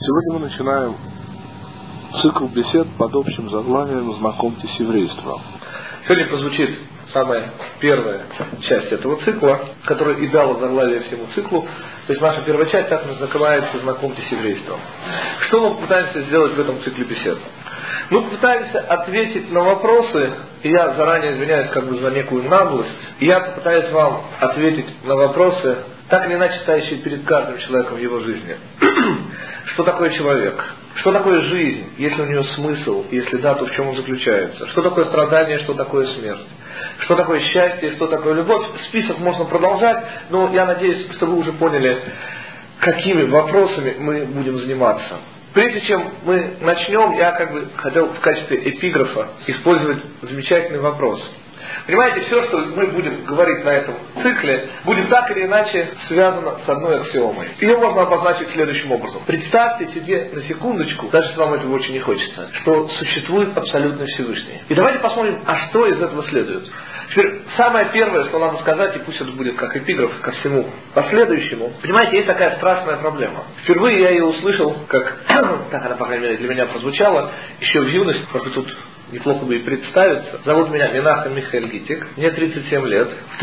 Сегодня мы начинаем цикл бесед под общим заглавием «Знакомьтесь с еврейством». Сегодня прозвучит самая первая часть этого цикла, которая и дала заглавие всему циклу. То есть наша первая часть так называется «Знакомьтесь с еврейством». Что мы пытаемся сделать в этом цикле бесед? Мы пытаемся ответить на вопросы, и я заранее извиняюсь за некую наглость, и я попытаюсь вам ответить на вопросы, так или иначе стоящие перед каждым человеком в его жизни. Что такое человек? Что такое жизнь, если у нее смысл, если да, то в чем он заключается? Что такое страдание, что такое смерть? Что такое счастье, что такое любовь? Список можно продолжать, но я надеюсь, что вы уже поняли, какими вопросами мы будем заниматься. Прежде чем мы начнем, я хотел в качестве эпиграфа использовать замечательный вопрос. Понимаете, все, что мы будем говорить на этом цикле, будет так или иначе связано с одной аксиомой. Ее можно обозначить следующим образом. Представьте себе на секундочку, даже если вам этого очень не хочется, что существует абсолютный Всевышний. И давайте посмотрим, а что из этого следует. Теперь, самое первое, что надо сказать, и пусть это будет как эпиграф ко всему последующему. Понимаете, есть такая страшная проблема. Впервые я ее услышал, как, так она, по крайней мере, для меня прозвучала, еще в юности, может быть, тут неплохо бы и представиться. Зовут меня Менахем Михаэль Гитик, мне 37 лет. В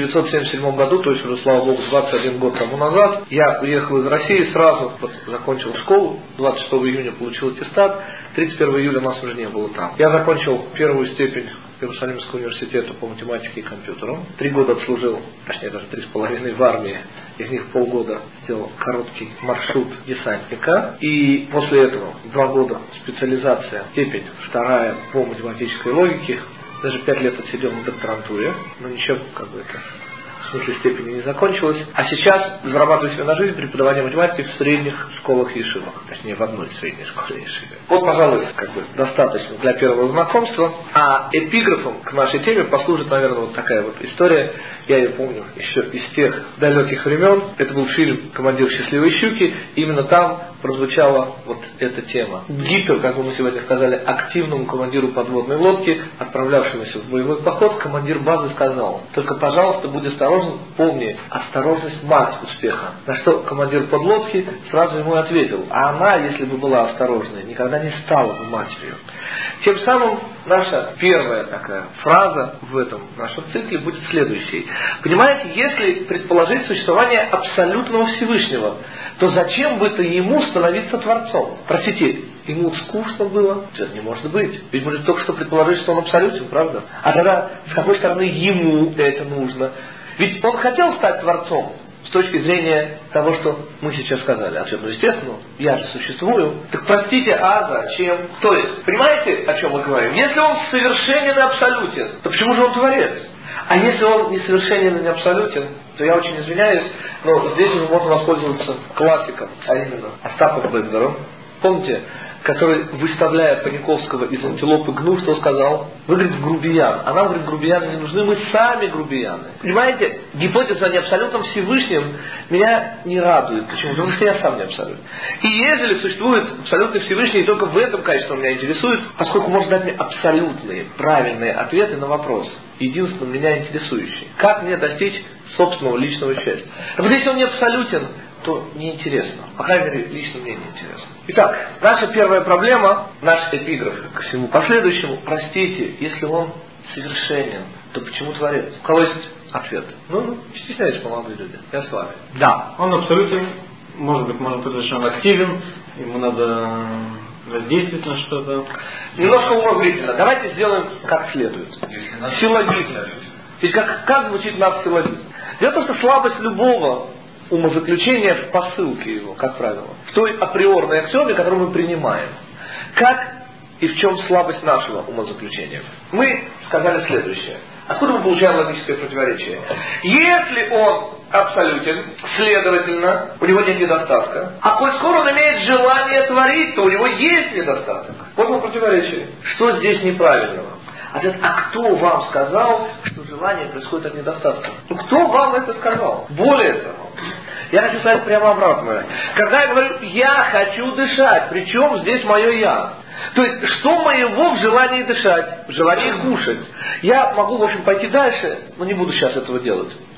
1977 году, то есть уже, слава богу, 21 год тому назад, я уехал из России, сразу закончил школу, 26 июня получил аттестат, 31 июля нас уже не было там. Я закончил первую степень Иерусалимского университета по математике и компьютерам. 3 года отслужил, точнее даже 3,5 в армии. Из них полгода сделал короткий маршрут десантника. И после этого 2 года специализация, степень 2 по математической логике. Даже 5 лет отсидел на докторантуре. Но ничего, это в смысле степени не закончилось. А сейчас зарабатываю себе на жизнь преподаванием математики в средних школах и ешивах. Точнее, в одной средней школе и ешиве. Вот, пожалуй, достаточно для первого знакомства. А эпиграфом к нашей теме послужит, наверное, вот такая вот история. Я ее помню еще из тех далеких времен. Это был фильм «Командир счастливой щуки». И именно там прозвучала вот эта тема. Гипер, как мы сегодня сказали, активному командиру подводной лодки, отправлявшемуся в боевой поход, командир базы сказал: только, пожалуйста, будь осторожен, помни, осторожность мать успеха. На что командир подлодки сразу ему ответил: а она, если бы была осторожной, никогда не стала бы матерью. Тем самым наша первая такая фраза в этом нашем цикле будет следующей. Понимаете, если предположить существование абсолютного Всевышнего, то зачем бы-то ему становиться Творцом? Простите, ему скучно было? Это не может быть. Ведь мы же только что предположили, что он абсолютен, правда? А тогда с какой стороны ему это нужно? Ведь он хотел стать Творцом с точки зрения того, что мы сейчас сказали. Абсолютно естественно, я же существую. Так простите, а зачем? То есть, понимаете, о чем мы говорим? Если он совершенен и абсолютен, то почему же он Творец? А если он несовершенен и не абсолютен, то я очень извиняюсь, но здесь уже можно воспользоваться классиком, а именно Остапом Бендером. Помните, который, выставляя Паниковского из «Антилопы Гну», что сказал? Вы, говорит, грубиян. А нам, говорит, грубияны не нужны, мы сами грубияны. Понимаете, гипотеза о неабсолютном Всевышнем меня не радует. Почему? Потому что я сам не абсолютен. И ежели существует абсолютный Всевышний, и только в этом качестве он меня интересует, поскольку может дать мне абсолютные, правильные ответы на вопрос, единственно меня интересующий. Как мне достичь собственного личного счастья? А вот если он не абсолютен, то неинтересно. По крайней мере, лично мне неинтересно. Итак, наша первая проблема, наш эпиграф ко всему последующему: простите, если он совершенен, то почему Творец? У кого есть ответ? Не стесняйтесь, молодые люди, я с вами. Да, он абсолютен, может быть, можно сказать, что он активен, ему надо воздействовать на что-то. Немножко умозрительно. Давайте сделаем как следует. Силлогизм. Ведь как звучит наш силлогизм? Дело в том, что слабость любого умозаключения в посылке его, как правило, в той априорной аксиоме, которую мы принимаем. Как и в чем слабость нашего умозаключения? Мы сказали следующее. Откуда мы получаем логическое противоречие? Если он абсолютен, следовательно, у него нет недостатка. А коль скоро он имеет желание творить, то у него есть недостаток. Вот мы противоречие. Что здесь неправильного? Ответ: а кто вам сказал, что желание происходит от недостатка? Кто вам это сказал? Более того, я хочу сказать прямо обратное. Когда я говорю «я хочу дышать», причем здесь мое «я»? То есть, что моего в желании дышать, в желании кушать? Я могу, в общем, пойти дальше, но не буду сейчас этого делать.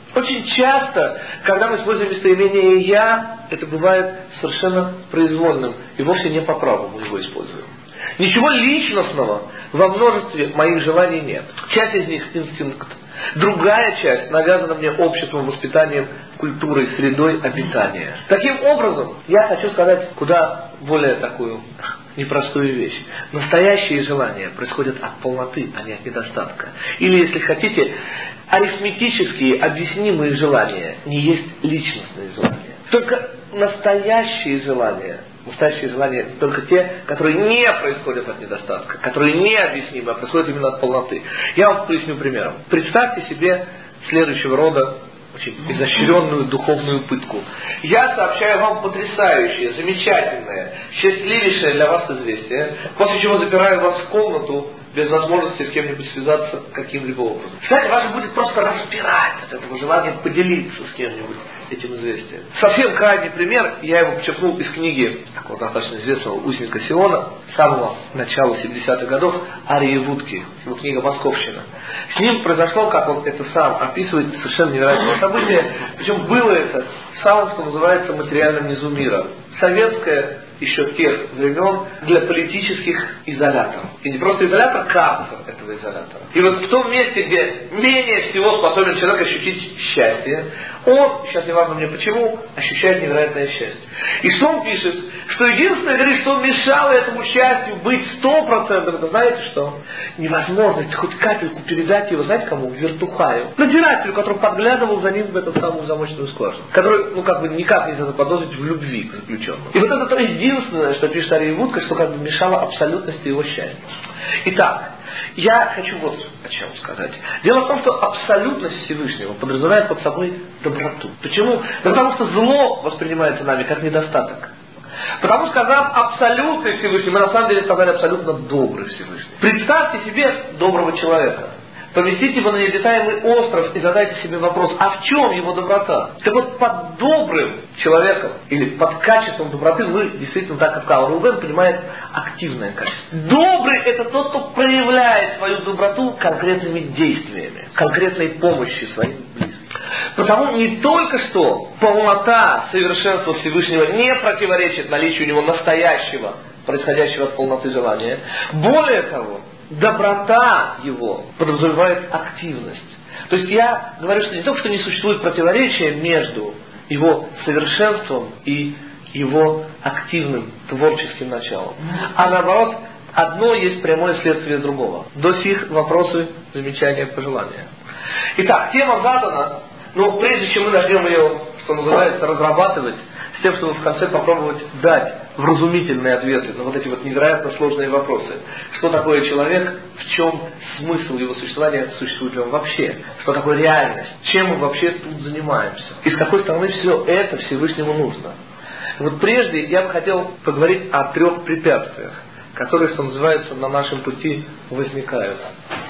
Очень часто, когда мы используем местоимение «я», это бывает совершенно произвольным и вовсе не по праву мы его используем. Ничего личностного во множестве моих желаний нет. Часть из них – инстинкт. Другая часть навязана мне обществом, воспитанием, культурой, средой обитания. Таким образом, я хочу сказать куда более такую непростую вещь. Настоящие желания происходят от полноты, а не от недостатка. Или, если хотите, арифметические объяснимые желания не есть личностные желания. Только настоящие желания только те, которые не происходят от недостатка, которые необъяснимы, а происходят именно от полноты. Я вам поясню примером. Представьте себе следующего рода очень изощренную духовную пытку. Я сообщаю вам потрясающее, замечательное, счастливейшее для вас известие, после чего запираю вас в комнату без возможности с кем-нибудь связаться каким-либо образом. Кстати, вас будет просто распирать от этого желания поделиться с кем-нибудь этим известием. Совсем крайний пример, я его подчеркнул из книги такого достаточно известного узника Сиона, с самого начала 70-х годов, Арии Вудки, его книга «Московщина». С ним произошло, как он это сам описывает, совершенно невероятное событие, причем было это в самом, что называется, материальном низу мира. Советское еще тех времен для политических изоляторов. И не просто изолятор, карцер этого изолятора. И вот в том месте, где менее всего способен человек ощутить счастье, он, сейчас не важно мне почему, ощущает невероятное счастье. И что он пишет? Что единственное, говорит, что мешало этому счастью быть 100%, это знаете что? Невозможность хоть капельку передать его, знаете кому? Вертухаю. Надзирателю, который подглядывал за ним в эту самую замочную скважину. Который, никак нельзя заподозрить в любви к заключенному. И вот это то единственное, что пишет Ария Вудка, что мешало абсолютности его счастья. Итак, я хочу вот о чем сказать. Дело в том, что абсолютность Всевышнего подразумевает под собой доброту. Почему? Да потому что зло воспринимается нами как недостаток. Потому что, сказав абсолютный Всевышний, мы на самом деле сказали абсолютно добрый Всевышний. Представьте себе доброго человека. Поместите его на необитаемый остров и задайте себе вопрос, а в чем его доброта? Так вот, под добрым человеком или под качеством доброты мы действительно, так как Карл Рубен понимает, активное качество. Добрый – это тот, кто проявляет свою доброту конкретными действиями, конкретной помощью своим близким. Потому не только что полнота, совершенство Всевышнего не противоречит наличию у него настоящего, происходящего от полноты желания. Более того, доброта его подразумевает активность. То есть я говорю, что не только что не существует противоречия между его совершенством и его активным творческим началом, а наоборот, одно есть прямое следствие другого. До сих вопросы, замечания, пожелания. Итак, тема задана, но прежде чем мы начнем ее, что называется, разрабатывать, с тем, чтобы в конце попробовать дать вразумительные ответы на вот эти вот невероятно сложные вопросы. Что такое человек, в чем смысл его существования, существует ли он вообще, что такое реальность, чем мы вообще тут занимаемся, и с какой стороны все это Всевышнему нужно. Вот прежде я бы хотел поговорить о 3 препятствиях, которые, что называется, на нашем пути возникают.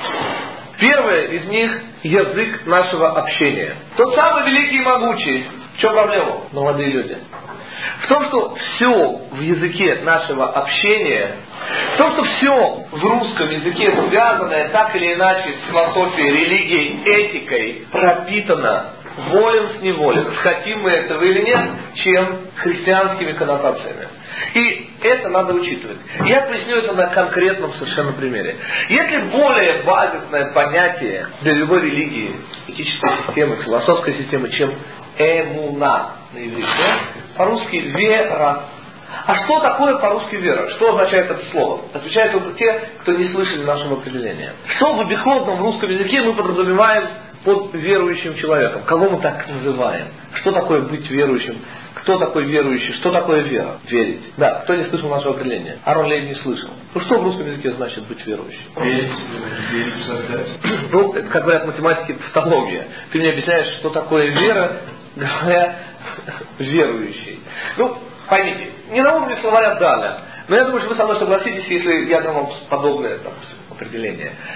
Первое из них – язык нашего общения. Тот самый великий и могучий. В чем проблема, молодые люди? В том, что все в языке нашего общения, в том, что все в русском языке, связанное так или иначе с философией, религией, этикой, пропитано волен с неволен, хотим мы этого или нет, чем христианскими коннотациями. И это надо учитывать. Я поясню это на конкретном совершенно примере. Если более базисное понятие для любой религии, этической системы, философской системы, чем эмуна на иврите, по-русски вера. А что такое по-русски вера? Что означает это слово? Отвечают только те, кто не слышали нашего определения. Что в обиходном в русском языке мы подразумеваем под верующим человеком? Кого мы так называем? Что такое быть верующим? Кто такой верующий? Что такое вера? Верить. Да, кто не слышал нашего определения? Арон Лейб не слышал. Ну что в русском языке значит быть верующим? Верить. Ну, это, как говорят математики, тавтология. Ты мне объясняешь, что такое вера, говоря верующий. Ну, поймите, не на уровне словаря Даля, но я думаю, что вы со мной согласитесь, если я дам вам подобное определение.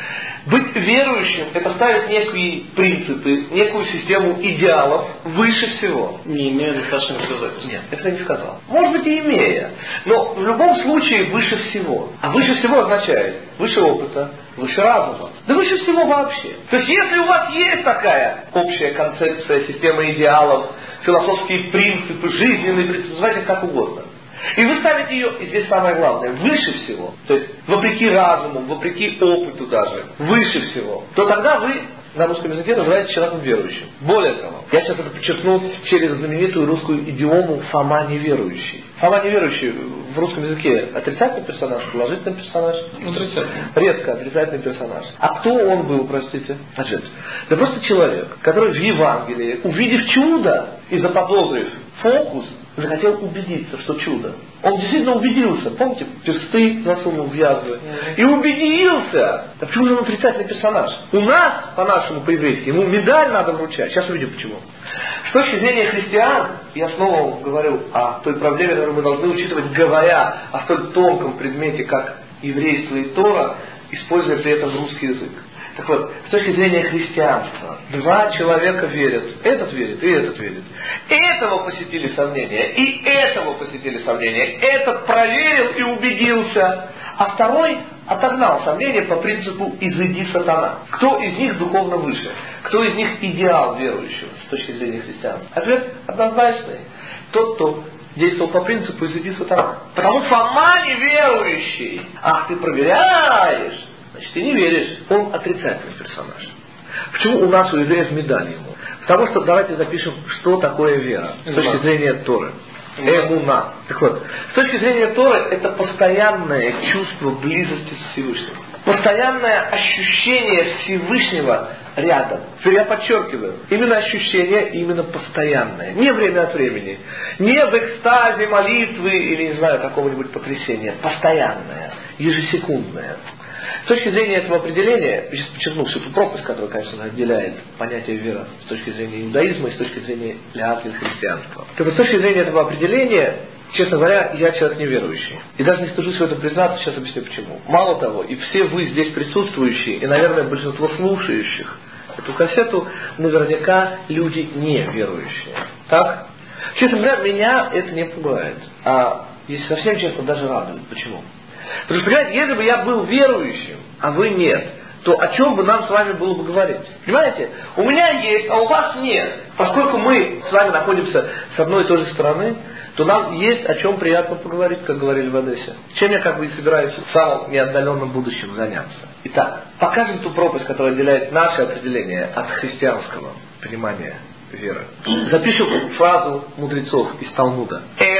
Быть верующим – это ставить некие принципы, некую систему идеалов выше всего. Не имея достаточно доказательств. Нет, это я не сказал. Может быть и имея, но в любом случае выше всего. А выше всего означает выше опыта, выше разума. Да выше всего вообще. То есть если у вас есть такая общая концепция, система идеалов, философские принципы, жизненные принципы, называйте как угодно. И вы ставите ее, и здесь самое главное, выше всего, то есть вопреки разуму, вопреки опыту даже, выше всего, то тогда вы на русском языке называете человеком верующим. Более того, я сейчас это подчеркну через знаменитую русскую идиому «Фома неверующий». Фома неверующий в русском языке отрицательный персонаж, положительный персонаж? Отрицательный. Редко отрицательный персонаж. А кто он был, простите? Значит, да просто человек, который в Евангелии, увидев чудо и заподозрив фокус, захотел убедиться, что чудо. Он действительно убедился. Помните, персты засунул в язвы. И убедился. Так почему же он отрицательный персонаж? У нас, по-нашему, по-еврейски, ему медаль надо вручать. Сейчас увидим почему. С точки зрения христиан, я снова говорю о той проблеме, которую мы должны учитывать, говоря о столь тонком предмете, как еврейство и Тора, используя при этом русский язык. Так вот, с точки зрения христианства, два человека верят. Этот верит и этот верит. Этого посетили сомнения, и этого посетили сомнения. Этот проверил и убедился. А второй отогнал сомнения по принципу «изыди, сатана». Кто из них духовно выше? Кто из них идеал верующего с точки зрения христианства? Ответ однозначный. Тот, кто действовал по принципу «изыди, сатана». Потому Фома неверующий. Ах, ты проверяешь. Значит, ты не веришь. Он отрицательный персонаж. Почему у нас у евреев медаль ему? Потому что давайте запишем, что такое вера с точки зрения Торы. Эмуна. Так вот, с точки зрения Торы это постоянное чувство близости с Всевышним. Постоянное ощущение Всевышнего рядом. Я подчеркиваю, именно ощущение, именно постоянное. Не время от времени. Не в экстазе молитвы или, не знаю, какого-нибудь потрясения. Постоянное, ежесекундное. С точки зрения этого определения, я сейчас подчеркну всю эту пропасть, которая, конечно, отделяет понятие веры с точки зрения иудаизма и с точки зрения ляхли христианства. Так вот, с точки зрения этого определения, честно говоря, я человек неверующий. И даже не стыжусь в этом признаться, сейчас объясню почему. Мало того, и все вы здесь присутствующие, и, наверное, большинство слушающих эту кассету, наверняка люди неверующие. Так? Честно говоря, меня это не пугает. А, если совсем честно, даже радует. Почему? Потому что, понимаете, если бы я был верующим, а вы нет, то о чем бы нам с вами было бы говорить? Понимаете? У меня есть, а у вас нет. Поскольку мы с вами находимся с одной и той же стороны, то нам есть о чем приятно поговорить, как говорили в Одессе. Чем я как бы и собираюсь в самом неотдаленном будущем заняться. Итак, покажем ту пропасть, которая отделяет наше определение от христианского понимания веры. Запишем фразу мудрецов из Талмуда.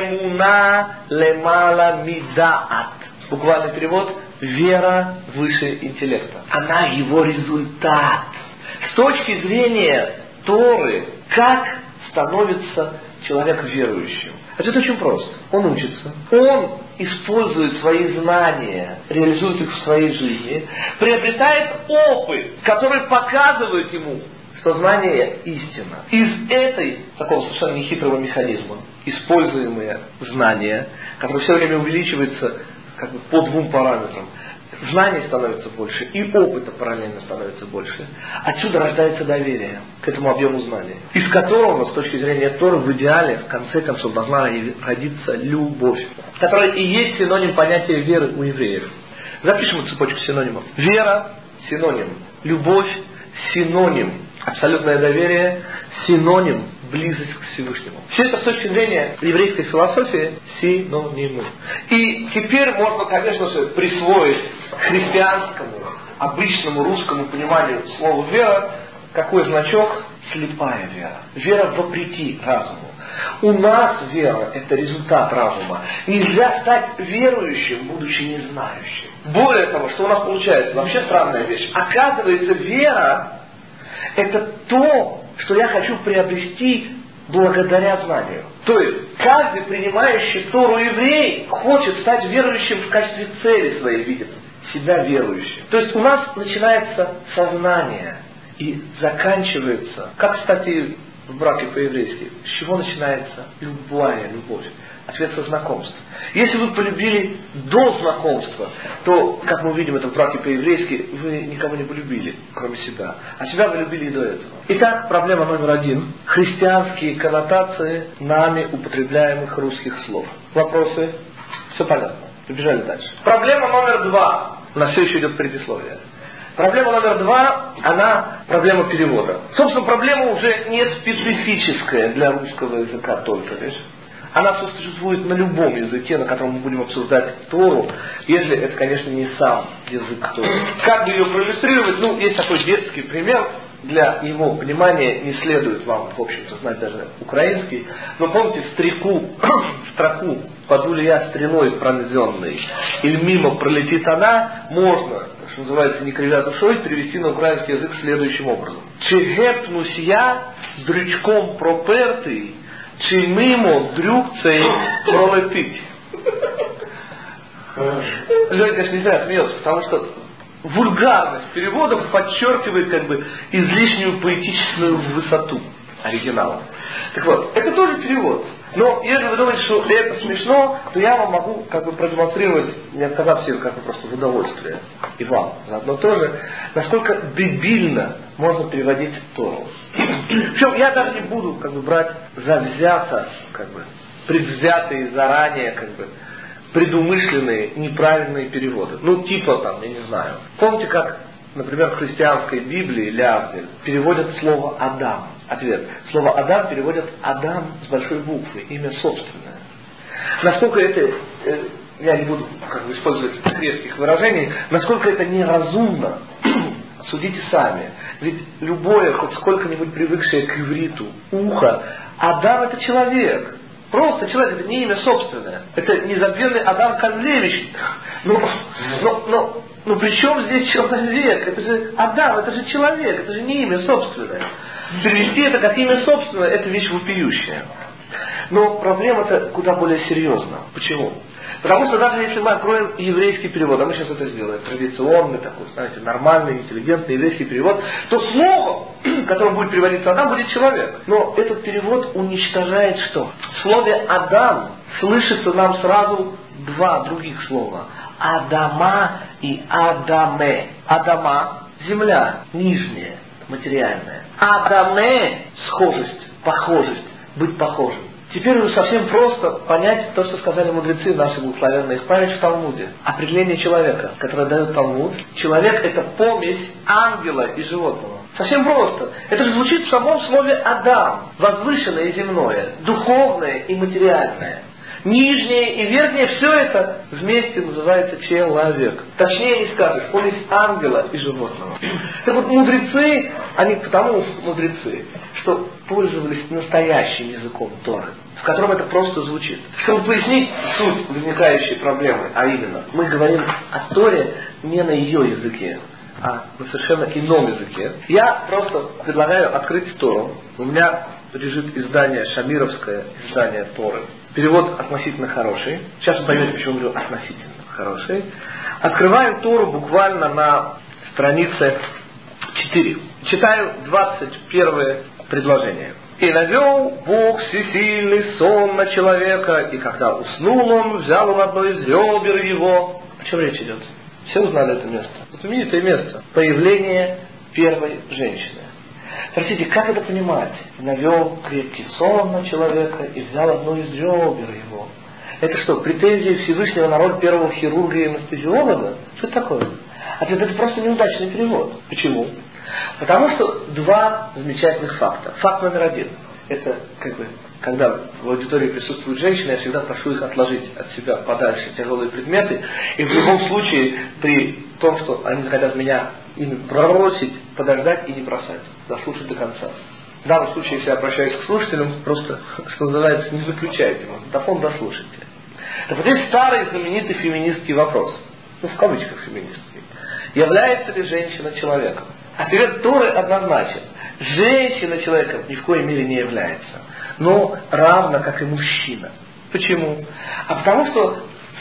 Эмуна лемала мидаат. Буквальный перевод – вера выше интеллекта. Она его результат. С точки зрения Торы, как становится человек верующим? Ответ очень прост. Он учится. Он использует свои знания, реализует их в своей жизни, приобретает опыт, который показывает ему, что знание истина. Из этой, такого совершенно нехитрого механизма, используемые знания, которые все время увеличиваются как бы по двум параметрам. Знаний становится больше, и опыта параллельно становится больше. Отсюда рождается доверие к этому объему знаний, из которого, с точки зрения Торы, в идеале, в конце концов, должна родиться любовь, которая и есть синоним понятия веры у евреев. Запишем эту цепочку синонимов. Вера – синоним. Любовь – синоним. Абсолютное доверие – синоним. Близость к Всевышнему. Все это с точки зрения еврейской философии синонимы. И теперь можно, конечно же, присвоить христианскому, обычному русскому пониманию слова «вера» какой значок? Слепая вера. Вера вопреки разуму. У нас вера – это результат разума. Нельзя стать верующим, будучи незнающим. Более того, что у нас получается? Вообще странная вещь. Оказывается, вера – это то, что я хочу приобрести благодаря знанию. То есть, каждый принимающий Тору еврей хочет стать верующим в качестве цели своей, видит себя верующим. То есть, у нас начинается сознание и заканчивается, как, кстати, в браке по-еврейски, с чего начинается любая любовь? Ответ со знакомства. Если вы полюбили до знакомства, то, как мы увидим это в браке по-еврейски, вы никого не полюбили, кроме себя. А себя вы любили и до этого. Итак, проблема номер 1. Христианские коннотации нами употребляемых русских слов. Вопросы? Все понятно. Побежали дальше. Проблема номер 2. У нас все еще идет предисловие. Проблема номер 2, она проблема перевода. Собственно, проблема уже не специфическая для русского языка только лишь. Она существует на любом языке, на котором мы будем обсуждать Тору, если это, конечно, не сам язык Торы. Как бы ее проиллюстрировать? Есть такой детский пример. Для его понимания не следует вам, в общем-то, знать даже украинский. Но помните строку «Паду ли я стрелой пронзенной, или мимо пролетит она», можно, что называется, не кривя душой, перевести на украинский язык следующим образом. «Чи гепнусь я с дрючком пропертый, чи мимо дрюк цей пролетить». Люди, конечно, не зря смеются, потому что вульгарность переводов подчеркивает излишнюю поэтическую высоту оригинала. Так вот, это тоже перевод. Но если вы думаете, что это смешно, то я вам могу продемонстрировать, не отказав себе просто в удовольствие, и вам заодно тоже, насколько дебильно можно переводить Тору. Причем я даже не буду брать завзято, предвзятые заранее, предумышленные неправильные переводы. Я не знаю. Помните, как, например, в христианской Библии Леавдиль переводят слово «Адам». Ответ. Слово «Адам» переводят «Адам» с большой буквы, имя собственное. Насколько это, я не буду использовать резких выражений, насколько это неразумно, судите сами. Ведь любое, хоть сколько-нибудь привыкшее к ивриту ухо, Адам это человек. Просто человек, это не имя собственное. Это незабвенный Адам Козлевич. Но при чем здесь человек? Это же Адам, это же человек, это же не имя собственное. Перевести это как имя собственное, это вещь вопиющая. Но проблема-то куда более серьезна. Почему? Потому что даже если мы откроем еврейский перевод, а мы сейчас это сделаем, традиционный такой, знаете, нормальный, интеллигентный еврейский перевод, то слово, которым будет переводиться Адам, будет человек. Но этот перевод уничтожает что? В слове Адам слышится нам сразу два других слова. Адама и Адаме. Адама – земля, нижняя, материальная. Адаме – схожесть, похожесть, быть похожим. Теперь уже совсем просто понять то, что сказали мудрецы наши благословенные их память в Талмуде. Определение человека, которое дает Талмуд. Человек – это помесь ангела и животного. Совсем просто. Это же звучит в самом слове «Адам». Возвышенное и земное, духовное и материальное. Нижнее и верхнее, все это вместе называется человек. Точнее не скажешь, помесь ангела и животного. Так вот, мудрецы, они потому мудрецы, что пользовались настоящим языком Торы, в котором это просто звучит. Чтобы пояснить суть возникающей проблемы, а именно, мы говорим о Торе не на ее языке, а на совершенно ином языке. Я просто предлагаю открыть Тору. У меня лежит издание Шамировское, издание Торы. Перевод относительно хороший. Сейчас вы поймете, почему говорю относительно хороший. Открываем Тору буквально на странице 4. Читаю 21 предложение. «И навел Бог всесильный сон на человека, и когда уснул он, взял он одно из ребер его». О чем речь идет? Все узнали это место? Вот именитое место. Появление первой женщины. Простите, как это понимать? Навел крепкий сон на человека и взял одно из ребер его. Это что, претензии Всевышнего на роль первого хирурга и анестезиолога? Что это такое? Ответ, это просто неудачный перевод. Почему? Потому что два замечательных факта. Факт номер 1. Это когда в аудитории присутствуют женщины, я всегда прошу их отложить от себя подальше тяжелые предметы. И в любом случае, при том, что они захотят меня ими бросить, подождать и не бросать. Дослушать до конца. В данном случае, если я обращаюсь к слушателям, просто, что называется, не выключайте магнитофон, дослушайте. Так вот здесь старый знаменитый феминистский вопрос. В кавычках феминистский. Является ли женщина человеком? Ответ Торы однозначен. Женщина человеком ни в коей мере не является. Но равно как и мужчина. Почему? А потому что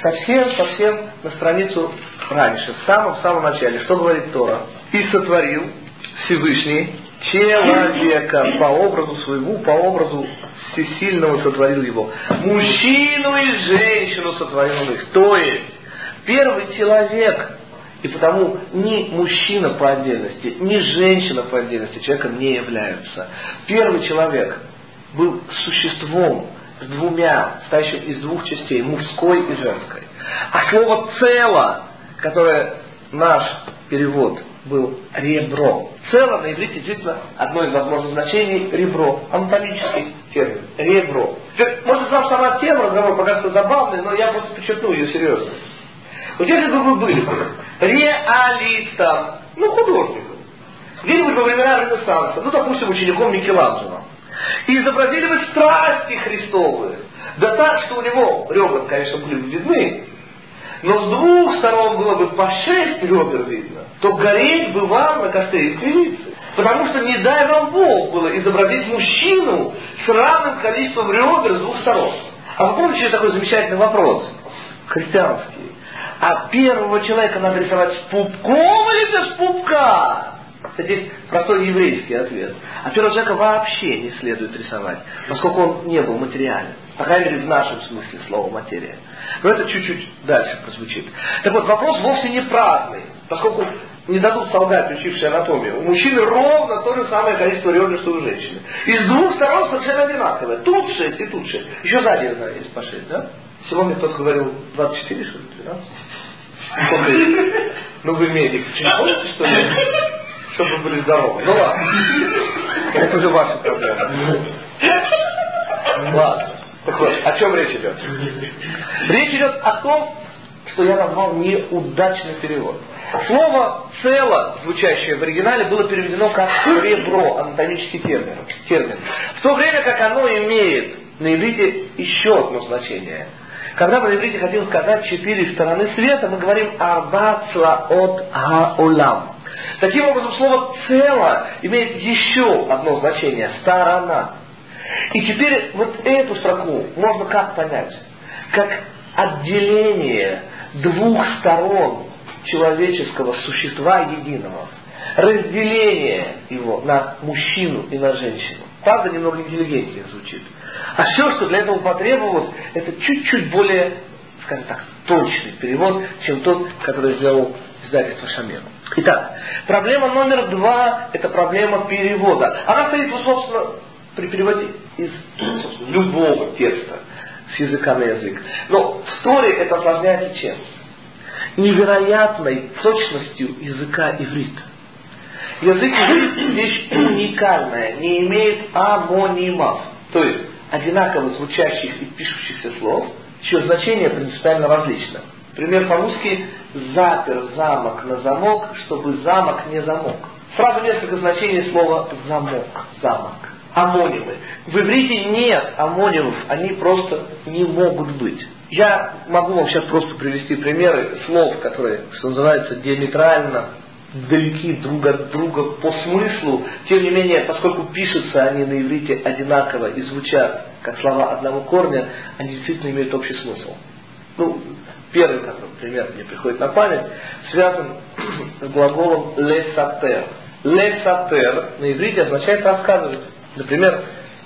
совсем на страницу раньше, в самом начале, что говорит Тора? «И сотворил Всевышний человека по образу своему, по образу всесильного сотворил его. Мужчину и женщину сотворил он их. То есть, первый человек, и потому ни мужчина по отдельности, ни женщина по отдельности человеком не являются. Первый человек был существом с двумя, состоящим из двух частей, мужской и женской. А слово «цело», которое наш перевод был «ребро». Цело на иврите действительно одно из возможных значений – ребро. Анатомический термин. Ребро. Может, вам сама тема разговора покажется забавной, но я просто подчеркну ее серьезно. Вот если бы вы были реалистом, художником, где-нибудь во времена Ренессанса, допустим, учеником Микеланджело, и изобразили бы страсти Христовые, да так, что у него ребра, конечно, были бы видны, но с двух сторон было бы по 6 ребер видно, то гореть бы вам на костре искривиться. Потому что не дай вам Бог было изобразить мужчину с равным количеством ребер с двух сторон. А вы помните такой замечательный вопрос? Христианский. А первого человека надо рисовать с пупком или без пупка? Здесь простой еврейский ответ. А первого человека вообще не следует рисовать, поскольку он не был материален. По крайней мере, в нашем смысле слова материя. Но это чуть-чуть дальше прозвучит. Так вот, вопрос вовсе не праздный, поскольку не дадут солгать, учившие анатомию. У мужчины ровно то же самое количество ребер, что у женщины. И с двух сторон совершенно одинаковое. Тут 6 и тут 6. Еще сзади, я знаю, есть по 6, да? Сегодня кто-то говорил 24, что ли, 12? Вы медик. Не помните, что ли? Чтобы вы были здоровы. Ну ладно. Это уже ваша проблема. Ладно. Так вот, о чем речь идет? Речь идет о том, что я назвал неудачный перевод. Слово «цело», звучащее в оригинале, было переведено как «ребро», анатомический термин. В то время как оно имеет на иврите еще одно значение. Когда мы на иврите хотим сказать 4 стороны света, мы говорим «арба цлаот ха-олам». Таким образом, слово «цело» имеет еще одно значение – «сторона». И теперь вот эту строку можно как понять? Как отделение двух сторон человеческого существа единого. Разделение его на мужчину и на женщину. Правда, немного интеллигентнее звучит. А все, что для этого потребовалось, это чуть-чуть более, скажем так, точный перевод, чем тот, который сделал издательство Шамер. Итак, проблема номер 2 – это проблема перевода. Она стоит, собственно, при переводе из любого текста с языка на язык. Но в Торе это осложняется чем? Невероятной точностью языка иврита. Язык иврит – вещь уникальная, не имеет амонимов, то есть одинаково звучащих и пишущихся слов, чье значение принципиально различно. Пример по-русски «запер замок на замок, чтобы замок не замок». Сразу несколько значений слова «замок», «замок». Амонимы. В иврите нет амонимов, они просто не могут быть. Я могу вам сейчас просто привести примеры слов, которые, что называется, диаметрально далеки друг от друга по смыслу. Тем не менее, поскольку пишутся они на иврите одинаково и звучат как слова одного корня, они действительно имеют общий смысл. Первый пример мне приходит на память, связан с глаголом «лесатер». «Лесатер» на иврите означает «рассказывать». Например,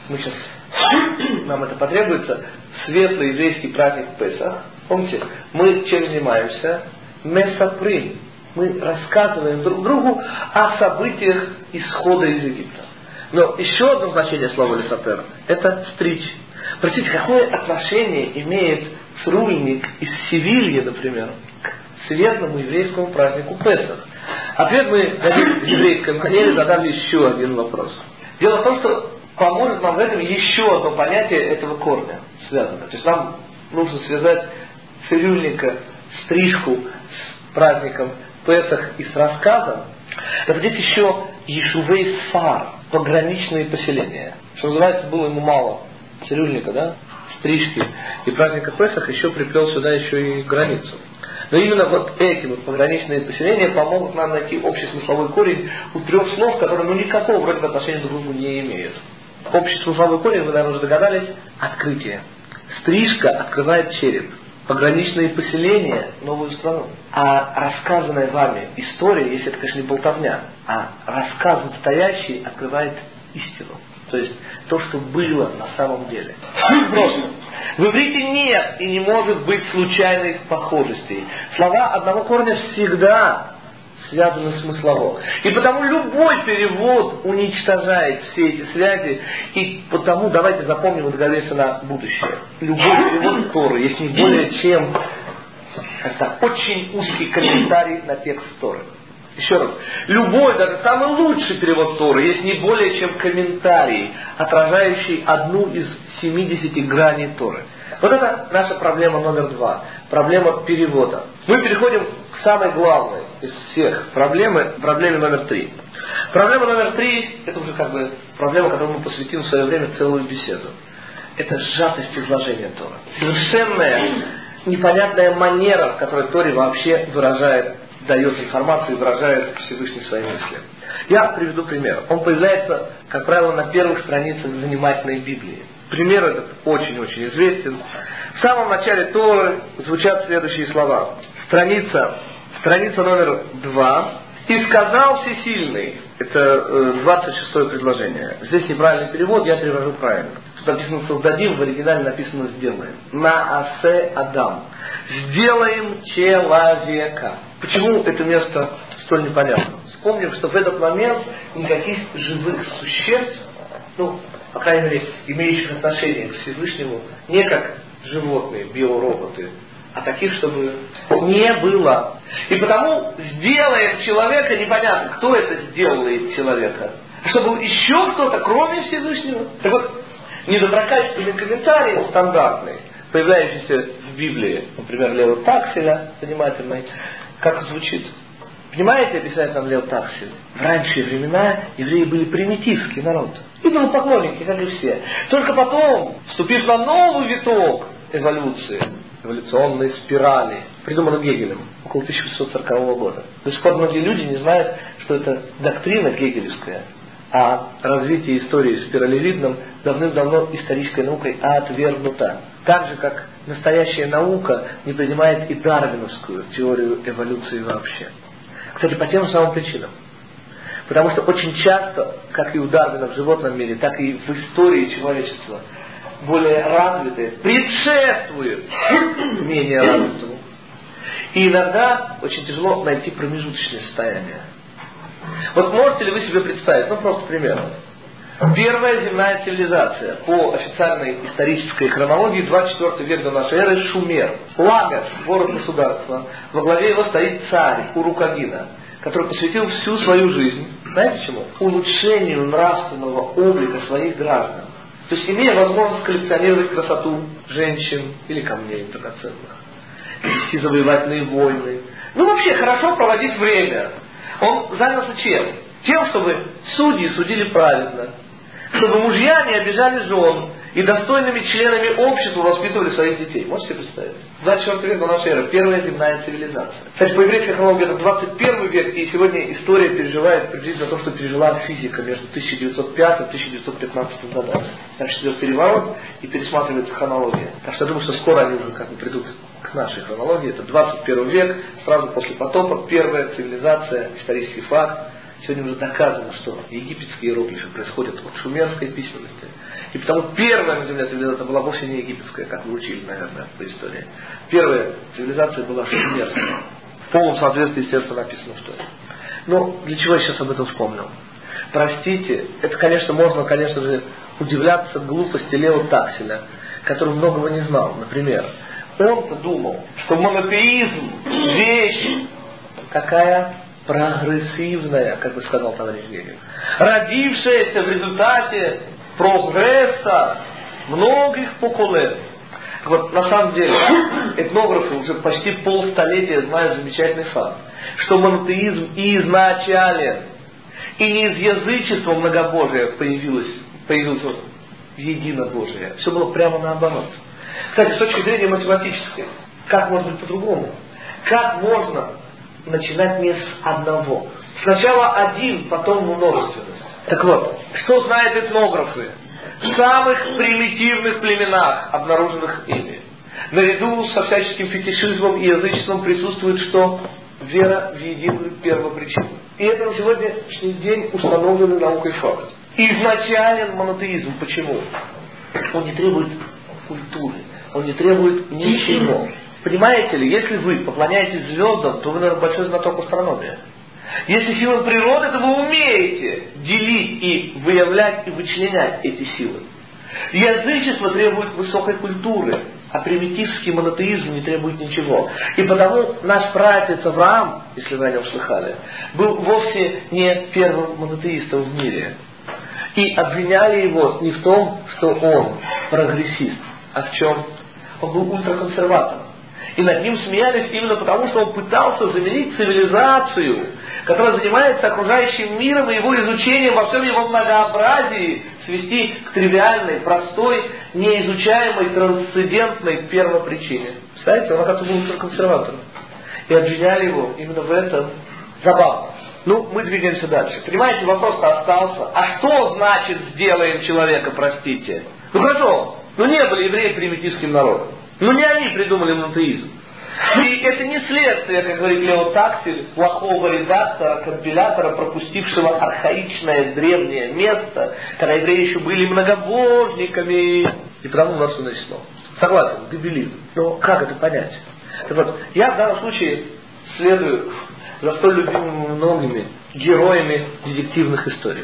нам это потребуется, светлый еврейский праздник Песах. Помните, мы чем занимаемся? Месаприм. Мы рассказываем друг другу о событиях исхода из Египта. Но еще одно значение слова «лесапер» – это «стричь». Простите, какое отношение имеет цирульник из Севильи, например, к светлому еврейскому празднику Песах? Ответ мы дадим в еврейской манере, задав еще один вопрос. Дело в том, что поможет нам в этом еще одно понятие этого корня связано. То есть нам нужно связать цирюльника, стрижку с праздником Песах и с рассказом. Это здесь еще Ешувей Сфар, пограничные поселения. Что называется, было ему мало цирюльника, да, стрижки и праздника Песах, еще приплел сюда еще и границу. Но именно вот эти вот пограничные поселения помогут нам найти общий смысловой корень у 3 слов, которые никакого вроде бы отношения друг к другу не имеют. Общий смысловой корень, вы, наверное, уже догадались, открытие. Стрижка открывает череп. пограничные поселения, новую страну. А рассказанная вами история, если это, конечно, не болтовня, а рассказ настоящий открывает истину. То есть то, что было на самом деле. Просто. В иврите нет и не может быть случайных похожестей. Слова одного корня всегда связаны смыслово. И потому любой перевод уничтожает все эти связи. И потому давайте запомним и договоримся на будущее. Любой перевод Торы есть не более чем очень узкий комментарий на текст Торы. Еще раз. Любой, даже самый лучший перевод Торы есть не более чем комментарий, отражающий одну из 70 граней Торы. Вот это наша проблема номер 2. Проблема перевода. Мы переходим к самой главной из всех проблеме номер 3. Проблема номер 3, это уже проблема, которой мы посвятим в свое время целую беседу. Это сжатость изложения Торы. Совершенная, непонятная манера, в которой Торе вообще дает информацию и выражает Всевышний свои мысли. Я приведу пример. Он появляется, как правило, на первых страницах занимательной Библии. Пример этот очень-очень известен. В самом начале Торы звучат следующие слова. Страница номер 2. «И сказал Всесильный». Это 26-е предложение. Здесь неправильный перевод, я перевожу правильно. Тут написано «создадим», в оригинале написано «сделаем». «Наасе Адам». «Сделаем человека». Почему это место столь непонятно? Вспомним, что в этот момент никаких живых существ, по крайней мере, имеющих отношение к Всевышнему, не как животные, биороботы, а таких, чтобы не было. И потому сделаем человека, непонятно, кто это сделает человека. Чтобы еще кто-то, кроме Всевышнего. Так вот, недоброкачественный комментарий стандартный, появляющийся в Библии, например, Лео Такселя, занимательный, как звучит. Понимаете, объясняет нам Лео Таксель, в ранние времена евреи были примитивский народ. Идолопоклонники, как и все. Только потом, вступив на новый виток эволюции, эволюционной спирали, придуманной Гегелем около 1840 года. До сих пор многие люди не знают, что это доктрина гегелевская, а развитие истории в спиралевидном давным-давно исторической наукой отвергнута. Так же, как настоящая наука не принимает и дарвиновскую теорию эволюции вообще. Кстати, по тем же самым причинам. Потому что очень часто, как и у Дарвина в животном мире, так и в истории человечества, более развитые предшествуют менее развитому. И иногда очень тяжело найти промежуточное состояние. Вот можете ли вы себе представить, просто пример. Первая земная цивилизация по официальной исторической хронологии 24 век до нашей эры Шумер. Лагос, город-государство. Во главе его стоит царь Урукагина, который посвятил всю свою жизнь, знаете чему? Улучшению нравственного облика своих граждан. То есть имея возможность коллекционировать красоту женщин или камней драгоценных, вести завоевательные войны. Вообще хорошо проводить время. Он занялся чем? Тем, чтобы судьи судили праведно, чтобы мужья не обижали жен и достойными членами общества воспитывали своих детей. Можете представить? 24 век до нашей эры. Первая земная цивилизация. Кстати, по еврейской хронологии это 21 век, и сегодня история переживает приблизительно то, что пережила физика между 1905 и 1915 годами. Значит, идет переворот и пересматривается хронология. Так что я думаю, что скоро они уже придут к нашей хронологии. Это 21 век, сразу после потопа, первая цивилизация, исторический факт. Сегодня уже доказано, что египетские иероглифы происходят от шумерской письменности. И потому первая на Земле цивилизация была вовсе не египетская, как вы учили, наверное, по истории. Первая цивилизация была шумерская. В полном соответствии с тем, что написано в Торе. Но для чего я сейчас об этом вспомнил? Простите, это, конечно, можно, же, удивляться глупости Лео Такселя, который многого не знал. Например, он-то думал, что монотеизм – вещь какая? Прогрессивная, как бы сказал товарищ Гегель, родившаяся в результате прогресса многих поколений. Вот на самом деле этнографы уже почти полстолетия знают замечательный факт, что монотеизм изначален, и не из язычества многобожия появилось в единобожие. Все было прямо наоборот. Кстати, с точки зрения математической, как может быть по-другому? Как можно начинать не с одного? Сначала один, потом множественность. Так вот, что знают этнографы в самых примитивных племенах, обнаруженных ими? Наряду со всяческим фетишизмом и язычеством присутствует что? Вера в единую первопричину. И это на сегодняшний день установленный наукой факт. Изначален монотеизм. Почему? Он не требует культуры, он не требует ничего. Понимаете ли, если вы поклоняетесь звездам, то вы, наверное, большой знаток астрономии. Если силам природы, то вы умеете делить и выявлять и вычленять эти силы. Язычество требует высокой культуры, а примитивский монотеизм не требует ничего. И потому наш праотец Авраам, если вы о нем слыхали, был вовсе не первым монотеистом в мире. И обвиняли его не в том, что он прогрессист, а в чем? Он был ультраконсерватором. И над ним смеялись именно потому, что он пытался заменить цивилизацию, которая занимается окружающим миром и его изучением во всем его многообразии, свести к тривиальной, простой, неизучаемой, трансцендентной первопричине. Представляете, он, оказывается, был ультраконсерватором. И обвиняли его именно в этом. Забавно. Ну, мы двигаемся дальше. Понимаете, вопрос-то остался. А что значит «сделаем человека, простите»? Ну хорошо, не были евреи примитивским народом. Не они придумали монотеизм. И это не следствие, как говорит Лео Таксель, плохого редактора, компилятора, пропустившего архаичное древнее место, когда евреи еще были многобожниками. И потому у нас все начало. Согласен, дебилизм. Но как это понять? Так вот, я в данном случае следую за столь любимыми многими героями детективных историй.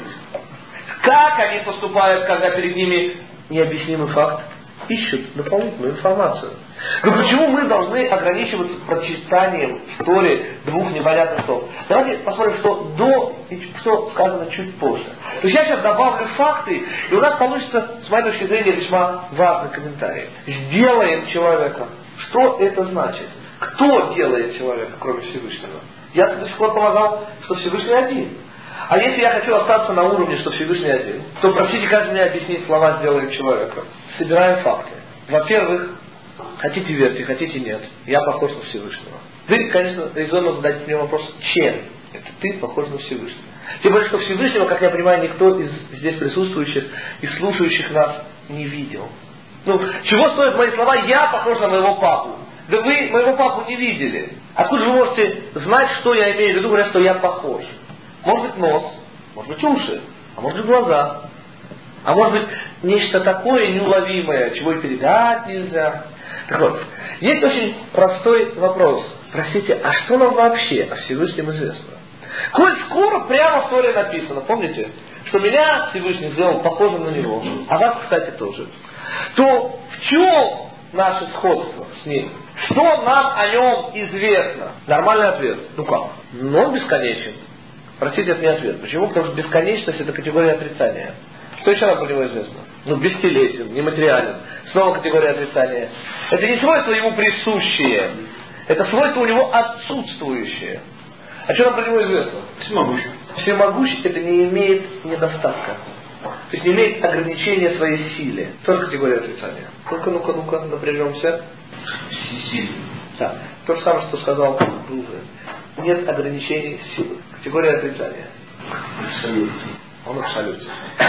Как они поступают, когда перед ними необъяснимый факт? Ищут дополнительную информацию. Но почему мы должны ограничиваться прочитанием истории двух непонятных слов? Давайте посмотрим, что до и что сказано чуть позже. То есть я сейчас добавлю факты, и у нас получится, с моей точки зрения, весьма важный комментарий. Сделаем человека. Что это значит? Кто делает человека, кроме Всевышнего? Я до сих пор полагал, что Всевышний один. А если я хочу остаться на уровне, что Всевышний один, то просите каждый меня объяснить слова «сделаем человека». Собираем факты. Во-первых, хотите верьте, хотите нет, я похож на Всевышнего. Вы, конечно, резонно задать мне вопрос, чем это ты похож на Всевышнего? Тем более, что Всевышнего, как я понимаю, никто из здесь присутствующих и слушающих нас не видел. Чего стоят мои слова «я похож на моего папу»? Да вы моего папу не видели. Откуда вы можете знать, что я имею в виду, говоря, что я похож? Может быть нос, может быть уши, а может быть глаза. А может быть нечто такое неуловимое, чего и передать нельзя. Так вот, есть очень простой вопрос. Простите, а что нам вообще о Всевышнем известно? Коль скоро прямо в Торе написано, помните, что меня Всевышний сделал похожим на него, а вас, кстати, тоже, то в чем наше сходство с ним? Что нам о нем известно? Нормальный ответ. Как? Он бесконечен. Простите, это не ответ. Почему? Потому что бесконечность это категория отрицания. Что еще нам про него известно? Бестелесен, нематериален. Снова категория отрицания. Это не свойство ему присущее. Это свойство у него отсутствующее. А что нам про него известно? Всемогущ. Всемогущ это не имеет недостатка. То есть не имеет ограничения своей силе. Тоже категория отрицания. Ну-ка, напряжемся. Всесильный. Да. То же самое, что сказал Брузе. Нет ограничений силы. Категория отрицания. Абсолютно. Он абсолютно.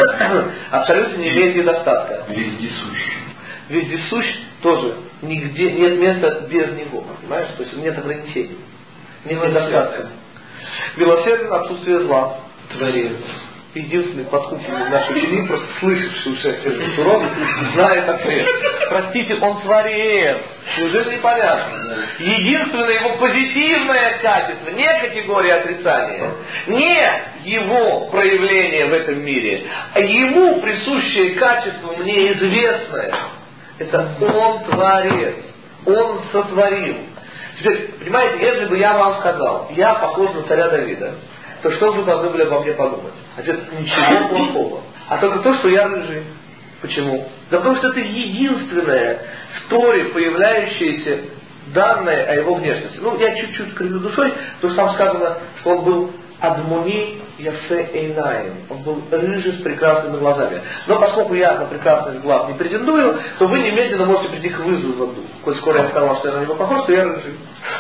Абсолютно не имеет недостатка. Вездесущ. Вездесущ тоже. Нигде нет места без него. Понимаешь? То есть нет ограничений. Нет недостатка. Милосерден, отсутствие зла. Творец. Единственный подхухленный наш ученик, просто слышавший уже этот урок, знает ответ. Простите, он творец. Неужели непонятно? Единственное его позитивное качество, не категория отрицания, не его проявление в этом мире, а ему присущее качество мне известное. Это он творец. Он сотворил. Теперь, понимаете, если бы я вам сказал, я похож на царя Давида, то что вы должны были обо мне подумать? Ответ, ничего плохого. А только то, что я рыжий. Почему? Да потому что это единственное в Торе появляющееся данное о его внешности. Я чуть-чуть кривлю душой, потому что там сказано, что он был адмуни яфе эйнаим. Он был рыжий с прекрасными глазами. Но поскольку я на прекрасность глаз не претендую, то вы немедленно можете прийти к выводу. Коль скоро я сказал, что я на него похож, то я рыжий.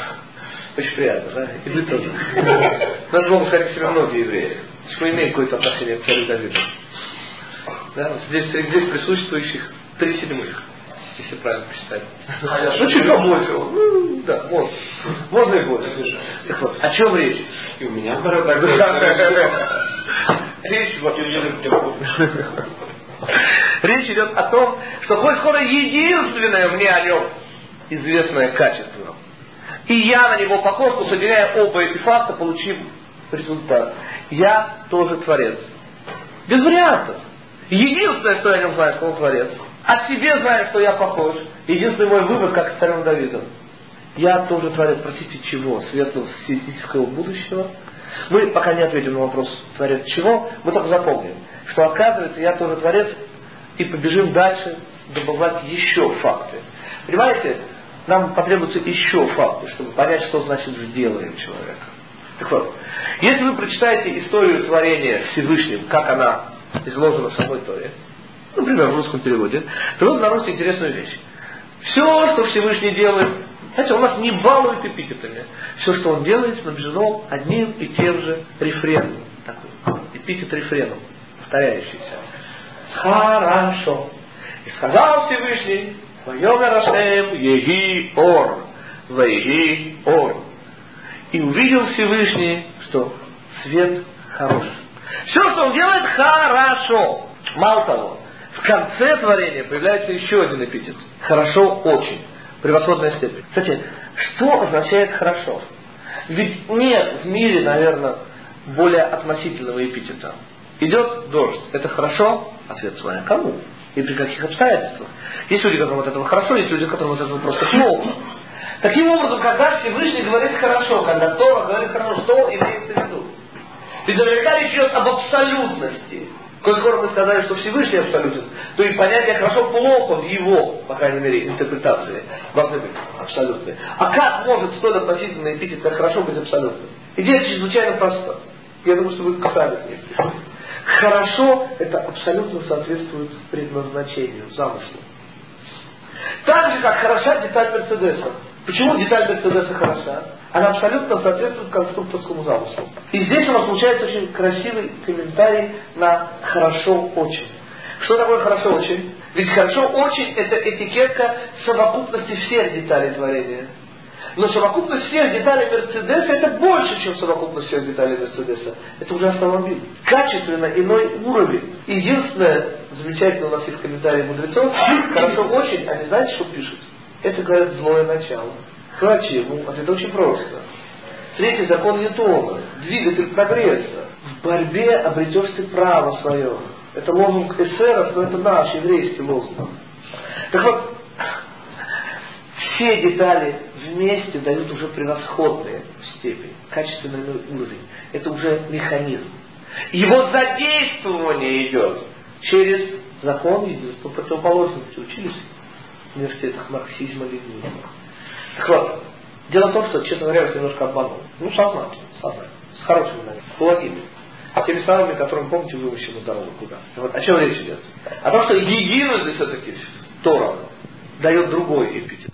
Очень приятно, да? И вы тоже. Надо могут сказать себе многие евреи, что имеют какое-то отношение к царю Давиду. Да? Здесь присутствующих 3/7. если правильно посчитать. Ну, чуть побольше. Ну, да, можно. Можно и больше. Так вот, о чем речь? И у меня борода. Речь идет о том, что хоть скоро единственное мне о нем известное качество. И я на него похож, но соединяя оба эти факта, получим результат. Я тоже творец. Без вариантов. Единственное, что я о нем знаю, что он творец. О себе знаю, что я похож. Единственный мой вывод, как с царем Давидом. Я тоже творец. Простите, чего? Светлого светического будущего? Мы пока не ответим на вопрос, творец чего, мы только запомним, что оказывается, я тоже творец, и побежим дальше добавлять еще факты. Понимаете, нам потребуются еще факты, чтобы понять, что значит «сделаем человека». Так вот, если вы прочитаете историю творения Всевышним, как она изложена в самой Торе, например, в русском переводе, то вы обнаружите интересную вещь. Все, что Всевышний делает, знаете, он нас не балует эпитетами. Все, что он делает, снабжено одним и тем же рефреном. Такой эпитет рефреном, повторяющийся. Хорошо. И сказал Всевышний, «Вайомер Ашем еги ор, вайги ор». И увидел Всевышний, что свет хорош. Все, что он делает, хорошо. Мало того, в конце творения появляется еще один эпитет. Хорошо очень. Превосходная степень. Кстати, что означает хорошо? Ведь нет в мире, наверное, более относительного эпитета. Идет дождь. Это хорошо? Ответ с вами. Кому? И при каких обстоятельствах? Есть люди, которым от этого хорошо, есть люди, которым от этого просто плохо. Таким образом, когда Всевышний говорит хорошо, когда Тора говорит хорошо, что имеется в виду? Ведь наверняка речь идет об абсолютности. Коль скоро мы сказали, что Всевышний абсолютен, то и понятие хорошо-плохо в его, по крайней мере, интерпретации должны быть абсолютные. А как может столь относительный эпитет как хорошо быть абсолютным? Идея чрезвычайно проста. Я думаю, что вы сами с ней пришли. Хорошо – это абсолютно соответствует предназначению, замыслу. Так же, как хороша деталь Мерседеса. Почему деталь Мерседеса хороша? Она абсолютно соответствует конструкторскому замыслу. И здесь у нас получается очень красивый комментарий на «хорошо очень». Что такое «хорошо очень»? Ведь «хорошо очень» – это этикетка совокупности всех деталей творения. Но совокупность всех деталей Мерседеса – это больше, чем совокупность всех деталей Мерседеса. Это уже автомобиль. Качественно иной уровень. Единственное, замечательно у нас есть комментарий мудрецов, «хорошо очень», они знаете, что пишут? Это, говорят, злое начало. Почему? Это очень просто. Третий закон Ньютона. Двигатель прогресса. В борьбе обретешь ты право свое. Это лозунг эсеров, но это наш еврейский лозунг. Так вот, все детали вместе дают уже превосходные степени, качественный уровень. Это уже механизм. Его задействование идет через закон единства противоположности. Учились в университетах марксизма, ленинизма. Так вот, дело в том, что, честно говоря, я вас немножко обманул. Ну, сознательно. С хорошими намерениями, благими. Теми самыми, которым, помните, вымощена дорога куда. Вот, о чем речь идет? О том, что единую все-таки Тора дает другой эпитет.